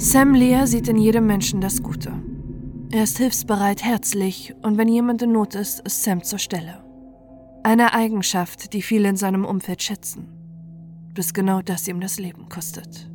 Sam Lear sieht in jedem Menschen das Gute. Er ist hilfsbereit, herzlich und wenn jemand in Not ist Sam zur Stelle. Eine Eigenschaft, die viele in seinem Umfeld schätzen, bis genau das ihm das Leben kostet.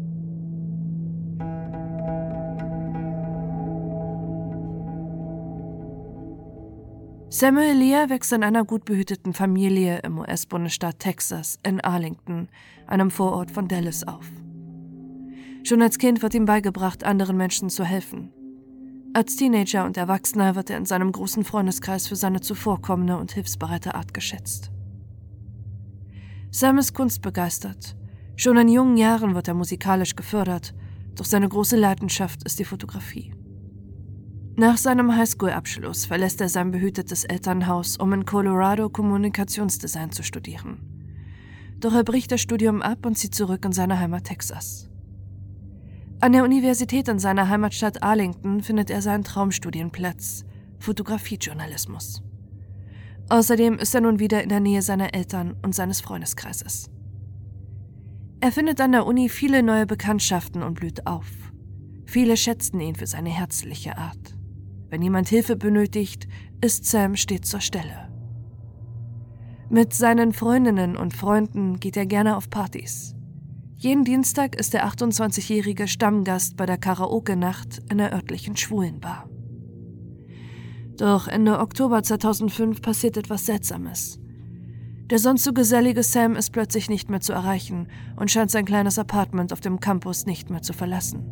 Samuel Lear wächst in einer gut behüteten Familie im US-Bundesstaat Texas in Arlington, einem Vorort von Dallas, auf. Schon als Kind wird ihm beigebracht, anderen Menschen zu helfen. Als Teenager und Erwachsener wird er in seinem großen Freundeskreis für seine zuvorkommende und hilfsbereite Art geschätzt. Sam ist kunstbegeistert. Schon in jungen Jahren wird er musikalisch gefördert, doch seine große Leidenschaft ist die Fotografie. Nach seinem Highschool-Abschluss verlässt er sein behütetes Elternhaus, um in Colorado Kommunikationsdesign zu studieren. Doch er bricht das Studium ab und zieht zurück in seine Heimat Texas. An der Universität in seiner Heimatstadt Arlington findet er seinen Traumstudienplatz, Fotografiejournalismus. Außerdem ist er nun wieder in der Nähe seiner Eltern und seines Freundeskreises. Er findet an der Uni viele neue Bekanntschaften und blüht auf. Viele schätzen ihn für seine herzliche Art. Wenn jemand Hilfe benötigt, ist Sam stets zur Stelle. Mit seinen Freundinnen und Freunden geht er gerne auf Partys. Jeden Dienstag ist der 28-jährige Stammgast bei der Karaoke-Nacht in der örtlichen Schwulenbar. Doch Ende Oktober 2005 passiert etwas Seltsames. Der sonst so gesellige Sam ist plötzlich nicht mehr zu erreichen und scheint sein kleines Apartment auf dem Campus nicht mehr zu verlassen.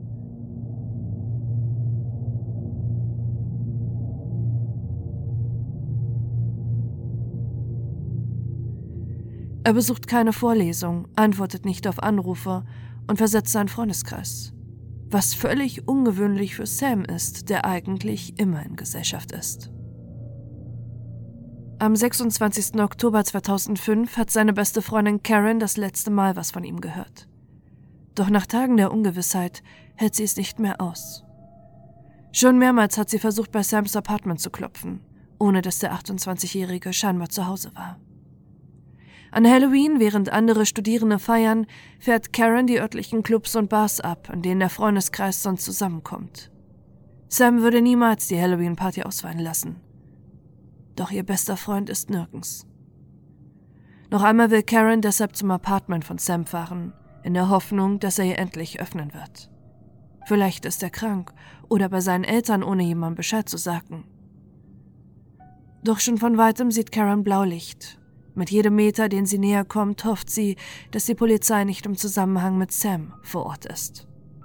Er besucht keine Vorlesung, antwortet nicht auf Anrufe und versetzt seinen Freundeskreis. Was völlig ungewöhnlich für Sam ist, der eigentlich immer in Gesellschaft ist. Am 26. Oktober 2005 hat seine beste Freundin Karen das letzte Mal was von ihm gehört. Doch nach Tagen der Ungewissheit hält sie es nicht mehr aus. Schon mehrmals hat sie versucht, bei Sams Apartment zu klopfen, ohne dass der 28-Jährige scheinbar zu Hause war. An Halloween, während andere Studierende feiern, fährt Karen die örtlichen Clubs und Bars ab, in denen der Freundeskreis sonst zusammenkommt. Sam würde niemals die Halloween-Party ausfallen lassen. Doch ihr bester Freund ist nirgends. Noch einmal will Karen deshalb zum Apartment von Sam fahren, in der Hoffnung, dass er ihr endlich öffnen wird. Vielleicht ist er krank oder bei seinen Eltern, ohne jemandem Bescheid zu sagen. Doch schon von weitem sieht Karen Blaulicht. Mit jedem Meter, den sie näher kommt, hofft sie, dass die Polizei nicht im Zusammenhang mit Sam vor Ort ist.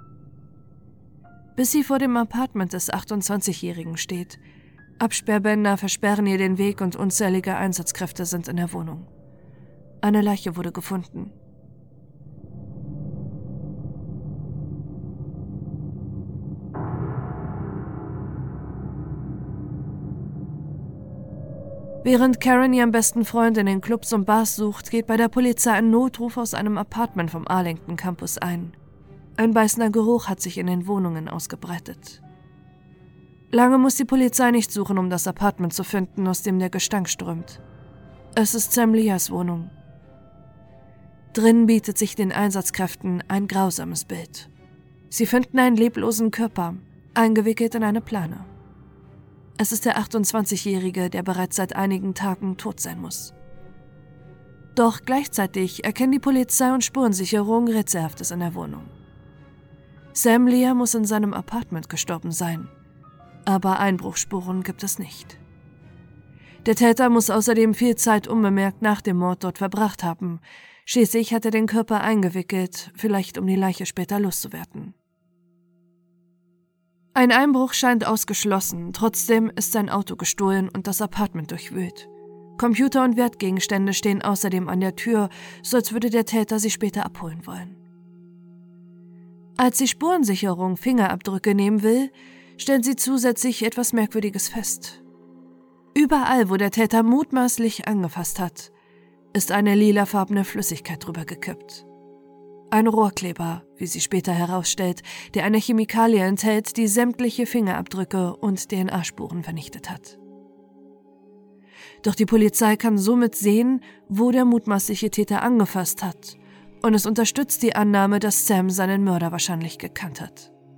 Bis sie vor dem Apartment des 28-Jährigen steht. Absperrbänder versperren ihr den Weg und unzählige Einsatzkräfte sind in der Wohnung. Eine Leiche wurde gefunden. Während Karen ihren besten Freund in den Clubs und Bars sucht, geht bei der Polizei ein Notruf aus einem Apartment vom Arlington Campus ein. Ein beißender Geruch hat sich in den Wohnungen ausgebreitet. Lange muss die Polizei nicht suchen, um das Apartment zu finden, aus dem der Gestank strömt. Es ist Sam Lears Wohnung. Drin bietet sich den Einsatzkräften ein grausames Bild. Sie finden einen leblosen Körper, eingewickelt in eine Plane. Es ist der 28-Jährige, der bereits seit einigen Tagen tot sein muss. Doch gleichzeitig erkennen die Polizei und Spurensicherung Rätselhaftes in der Wohnung. Sam Lear muss in seinem Apartment gestorben sein, aber Einbruchsspuren gibt es nicht. Der Täter muss außerdem viel Zeit unbemerkt nach dem Mord dort verbracht haben. Schließlich hat er den Körper eingewickelt, vielleicht um die Leiche später loszuwerden. Ein Einbruch scheint ausgeschlossen, trotzdem ist sein Auto gestohlen und das Apartment durchwühlt. Computer und Wertgegenstände stehen außerdem an der Tür, so als würde der Täter sie später abholen wollen. Als die Spurensicherung Fingerabdrücke nehmen will, stellen sie zusätzlich etwas Merkwürdiges fest. Überall, wo der Täter mutmaßlich angefasst hat, ist eine lilafarbene Flüssigkeit drüber gekippt. Ein Rohrkleber, wie sich später herausstellt, der eine Chemikalie enthält, die sämtliche Fingerabdrücke und DNA-Spuren vernichtet hat. Doch die Polizei kann somit sehen, wo der mutmaßliche Täter angefasst hat, und es unterstützt die Annahme, dass Sam seinen Mörder wahrscheinlich gekannt hat.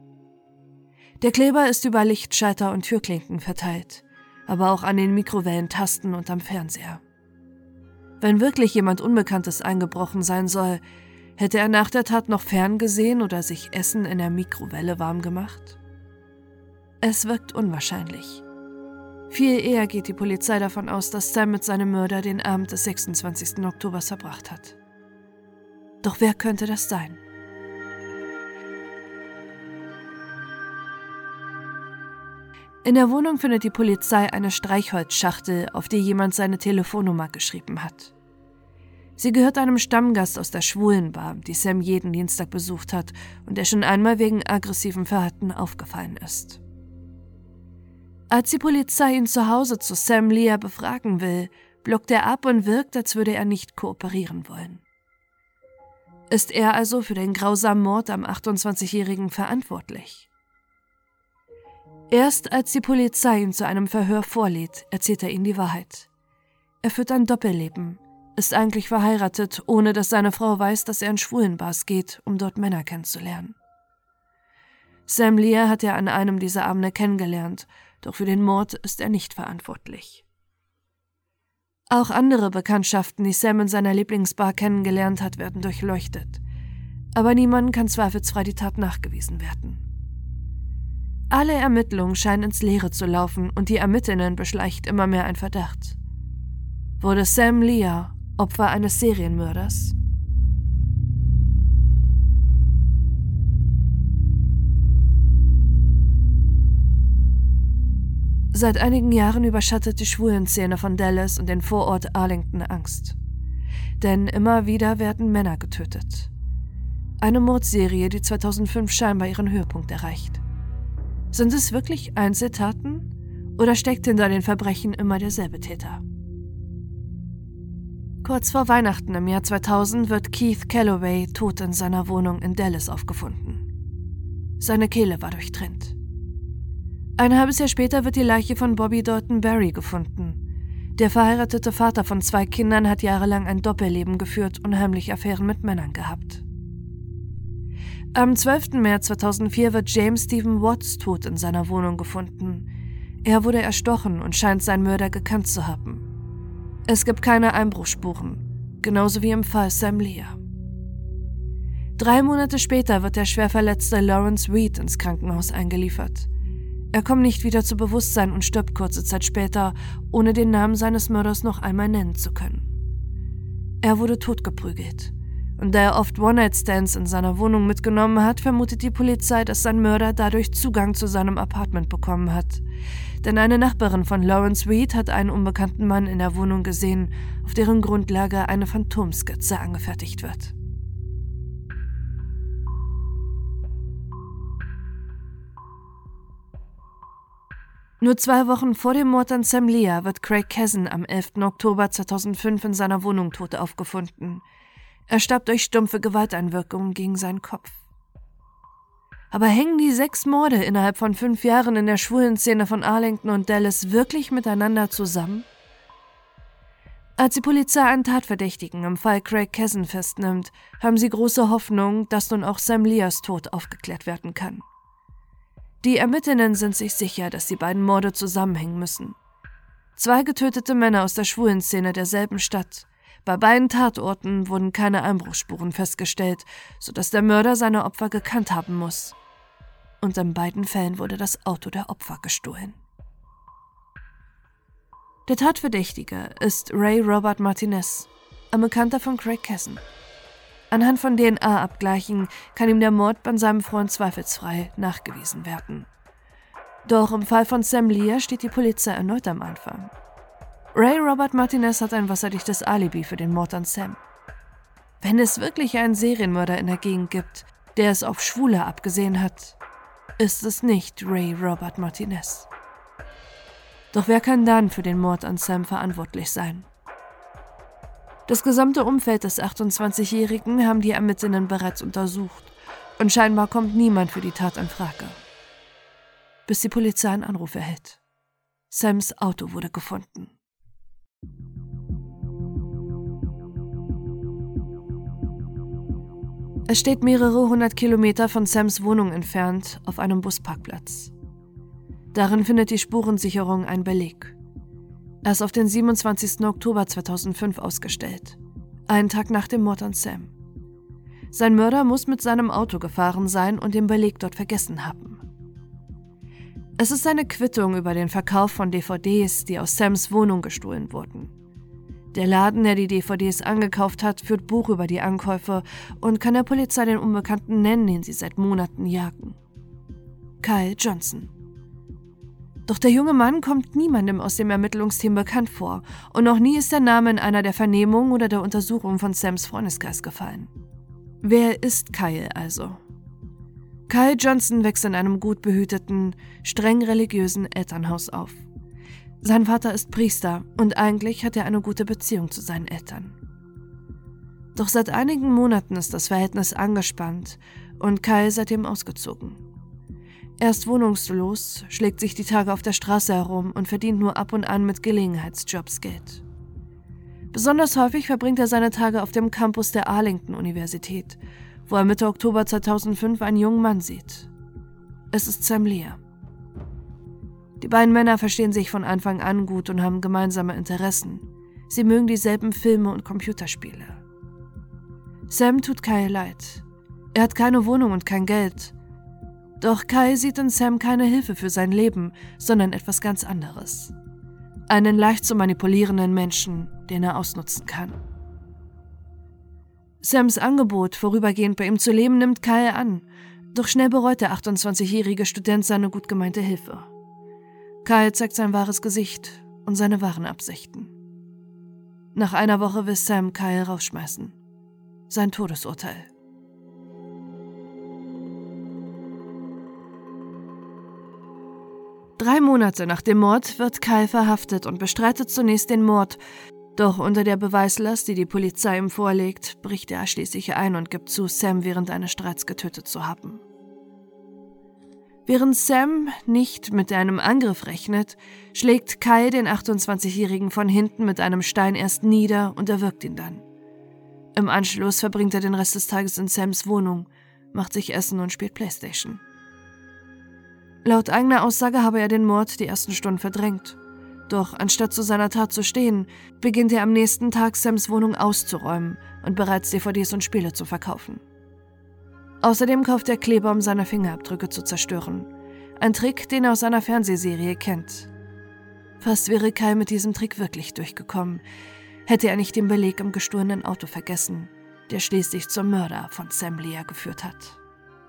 Der Kleber ist über Lichtschalter und Türklinken verteilt, aber auch an den Mikrowellentasten und am Fernseher. Wenn wirklich jemand Unbekanntes eingebrochen sein soll, hätte er nach der Tat noch ferngesehen oder sich Essen in der Mikrowelle warm gemacht? Es wirkt unwahrscheinlich. Viel eher geht die Polizei davon aus, dass Sam mit seinem Mörder den Abend des 26. Oktober verbracht hat. Doch wer könnte das sein? In der Wohnung findet die Polizei eine Streichholzschachtel, auf die jemand seine Telefonnummer geschrieben hat. Sie gehört einem Stammgast aus der Schwulenbar, die Sam jeden Dienstag besucht hat und der schon einmal wegen aggressivem Verhalten aufgefallen ist. Als die Polizei ihn zu Hause zu Sam Lear befragen will, blockt er ab und wirkt, als würde er nicht kooperieren wollen. Ist er also für den grausamen Mord am 28-Jährigen verantwortlich? Erst als die Polizei ihn zu einem Verhör vorlädt, erzählt er ihnen die Wahrheit. Er führt ein Doppelleben, ist eigentlich verheiratet, ohne dass seine Frau weiß, dass er in Schwulenbars geht, um dort Männer kennenzulernen. Sam Lear hat er an einem dieser Abende kennengelernt, doch für den Mord ist er nicht verantwortlich. Auch andere Bekanntschaften, die Sam in seiner Lieblingsbar kennengelernt hat, werden durchleuchtet. Aber niemandem kann zweifelsfrei die Tat nachgewiesen werden. Alle Ermittlungen scheinen ins Leere zu laufen und die Ermittlerinnen beschleicht immer mehr ein Verdacht. Wurde Sam Lear Opfer eines Serienmörders? Seit einigen Jahren überschattet die Schwulenszene von Dallas und den Vorort Arlington Angst. Denn immer wieder werden Männer getötet. Eine Mordserie, die 2005 scheinbar ihren Höhepunkt erreicht. Sind es wirklich Einzeltaten oder steckt hinter den Verbrechen immer derselbe Täter? Kurz vor Weihnachten im Jahr 2000 wird Keith Calloway tot in seiner Wohnung in Dallas aufgefunden. Seine Kehle war durchtrennt. Ein halbes Jahr später wird die Leiche von Bobby Dalton Berry gefunden. Der verheiratete Vater von 2 Kindern hat jahrelang ein Doppelleben geführt und heimlich Affären mit Männern gehabt. Am 12. März 2004 wird James Stephen Watts tot in seiner Wohnung gefunden. Er wurde erstochen und scheint seinen Mörder gekannt zu haben. Es gibt keine Einbruchsspuren, genauso wie im Fall Sam Lear. 3 Monate später wird der schwerverletzte Lawrence Reed ins Krankenhaus eingeliefert. Er kommt nicht wieder zu Bewusstsein und stirbt kurze Zeit später, ohne den Namen seines Mörders noch einmal nennen zu können. Er wurde totgeprügelt. Und da er oft One-Night-Stands in seiner Wohnung mitgenommen hat, vermutet die Polizei, dass sein Mörder dadurch Zugang zu seinem Apartment bekommen hat. Denn eine Nachbarin von Lawrence Reed hat einen unbekannten Mann in der Wohnung gesehen, auf deren Grundlage eine Phantomskizze angefertigt wird. Nur 2 Wochen vor dem Mord an Sam Lear wird Craig Kazan am 11. Oktober 2005 in seiner Wohnung tot aufgefunden. Er starb durch stumpfe Gewalteinwirkungen gegen seinen Kopf. Aber hängen die 6 Morde innerhalb von 5 Jahren in der Schwulenszene von Arlington und Dallas wirklich miteinander zusammen? Als die Polizei einen Tatverdächtigen im Fall Craig Kazan festnimmt, haben sie große Hoffnung, dass nun auch Sam Lears Tod aufgeklärt werden kann. Die Ermittlerinnen sind sich sicher, dass die beiden Morde zusammenhängen müssen. 2 getötete Männer aus der Schwulenszene derselben Stadt. Bei beiden Tatorten wurden keine Einbruchsspuren festgestellt, sodass der Mörder seine Opfer gekannt haben muss. Und in beiden Fällen wurde das Auto der Opfer gestohlen. Der Tatverdächtige ist Ray Robert Martinez, ein Bekannter von Craig Kazan. Anhand von DNA-Abgleichen kann ihm der Mord an seinem Freund zweifelsfrei nachgewiesen werden. Doch im Fall von Sam Lear steht die Polizei erneut am Anfang. Ray Robert Martinez hat ein wasserdichtes Alibi für den Mord an Sam. Wenn es wirklich einen Serienmörder in der Gegend gibt, der es auf Schwule abgesehen hat, ist es nicht Ray Robert Martinez. Doch wer kann dann für den Mord an Sam verantwortlich sein? Das gesamte Umfeld des 28-Jährigen haben die Ermittlerinnen bereits untersucht und scheinbar kommt niemand für die Tat in Frage. Bis die Polizei einen Anruf erhält. Sams Auto wurde gefunden. Es steht mehrere 100 Kilometer von Sams Wohnung entfernt auf einem Busparkplatz. Darin findet die Spurensicherung einen Beleg. Er ist auf den 27. Oktober 2005 ausgestellt, einen Tag nach dem Mord an Sam. Sein Mörder muss mit seinem Auto gefahren sein und den Beleg dort vergessen haben. Es ist eine Quittung über den Verkauf von DVDs, die aus Sams Wohnung gestohlen wurden. Der Laden, der die DVDs angekauft hat, führt Buch über die Ankäufe und kann der Polizei den Unbekannten nennen, den sie seit Monaten jagen. Kyle Johnson. Doch der junge Mann kommt niemandem aus dem Ermittlungsteam bekannt vor und noch nie ist der Name in einer der Vernehmungen oder der Untersuchung von Sams Freundeskreis gefallen. Wer ist Kyle also? Kyle Johnson wächst in einem gut behüteten, streng religiösen Elternhaus auf. Sein Vater ist Priester und eigentlich hat er eine gute Beziehung zu seinen Eltern. Doch seit einigen Monaten ist das Verhältnis angespannt und Kyle seitdem ausgezogen. Er ist wohnungslos, schlägt sich die Tage auf der Straße herum und verdient nur ab und an mit Gelegenheitsjobs Geld. Besonders häufig verbringt er seine Tage auf dem Campus der Arlington-Universität, wo er Mitte Oktober 2005 einen jungen Mann sieht. Es ist Sam Lear. Die beiden Männer verstehen sich von Anfang an gut und haben gemeinsame Interessen. Sie mögen dieselben Filme und Computerspiele. Sam tut Kyle leid. Er hat keine Wohnung und kein Geld. Doch Kyle sieht in Sam keine Hilfe für sein Leben, sondern etwas ganz anderes. Einen leicht zu manipulierenden Menschen, den er ausnutzen kann. Sams Angebot, vorübergehend bei ihm zu leben, nimmt Kyle an, doch schnell bereut der 28-jährige Student seine gut gemeinte Hilfe. Kyle zeigt sein wahres Gesicht und seine wahren Absichten. Nach einer Woche will Sam Kyle rausschmeißen. Sein Todesurteil. Drei Monate nach dem Mord wird Kyle verhaftet und bestreitet zunächst den Mord, doch unter der Beweislast, die die Polizei ihm vorlegt, bricht er schließlich ein und gibt zu, Sam während eines Streits getötet zu haben. Während Sam nicht mit einem Angriff rechnet, schlägt Kyle den 28-Jährigen von hinten mit einem Stein erst nieder und erwürgt ihn dann. Im Anschluss verbringt er den Rest des Tages in Sams Wohnung, macht sich Essen und spielt Playstation. Laut eigener Aussage habe er den Mord die ersten Stunden verdrängt. Doch anstatt zu seiner Tat zu stehen, beginnt er am nächsten Tag Sams Wohnung auszuräumen und bereits DVDs und Spiele zu verkaufen. Außerdem kauft er Kleber, um seine Fingerabdrücke zu zerstören. Ein Trick, den er aus einer Fernsehserie kennt. Fast wäre Kyle mit diesem Trick wirklich durchgekommen, hätte er nicht den Beleg im gestohlenen Auto vergessen, der schließlich zum Mörder von Sam Lear geführt hat.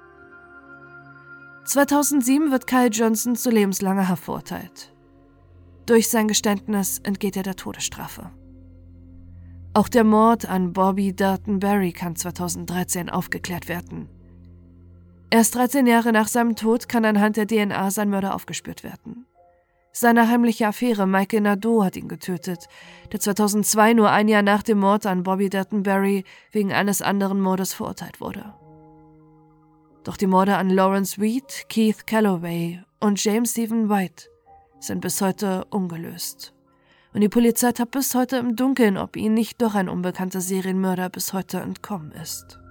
2007 wird Kyle Johnson zu lebenslanger Haft verurteilt. Durch sein Geständnis entgeht er der Todesstrafe. Auch der Mord an Bobby Dalton Berry kann 2013 aufgeklärt werden. Erst 13 Jahre nach seinem Tod kann anhand der DNA sein Mörder aufgespürt werden. Seine heimliche Affäre Michael Nadeau hat ihn getötet, der 2002 nur ein Jahr nach dem Mord an Bobby Dalton Berry wegen eines anderen Mordes verurteilt wurde. Doch die Morde an Lawrence Reed, Keith Calloway und James Stephen White sind bis heute ungelöst. Und die Polizei tappt bis heute im Dunkeln, ob ihnen nicht doch ein unbekannter Serienmörder bis heute entkommen ist.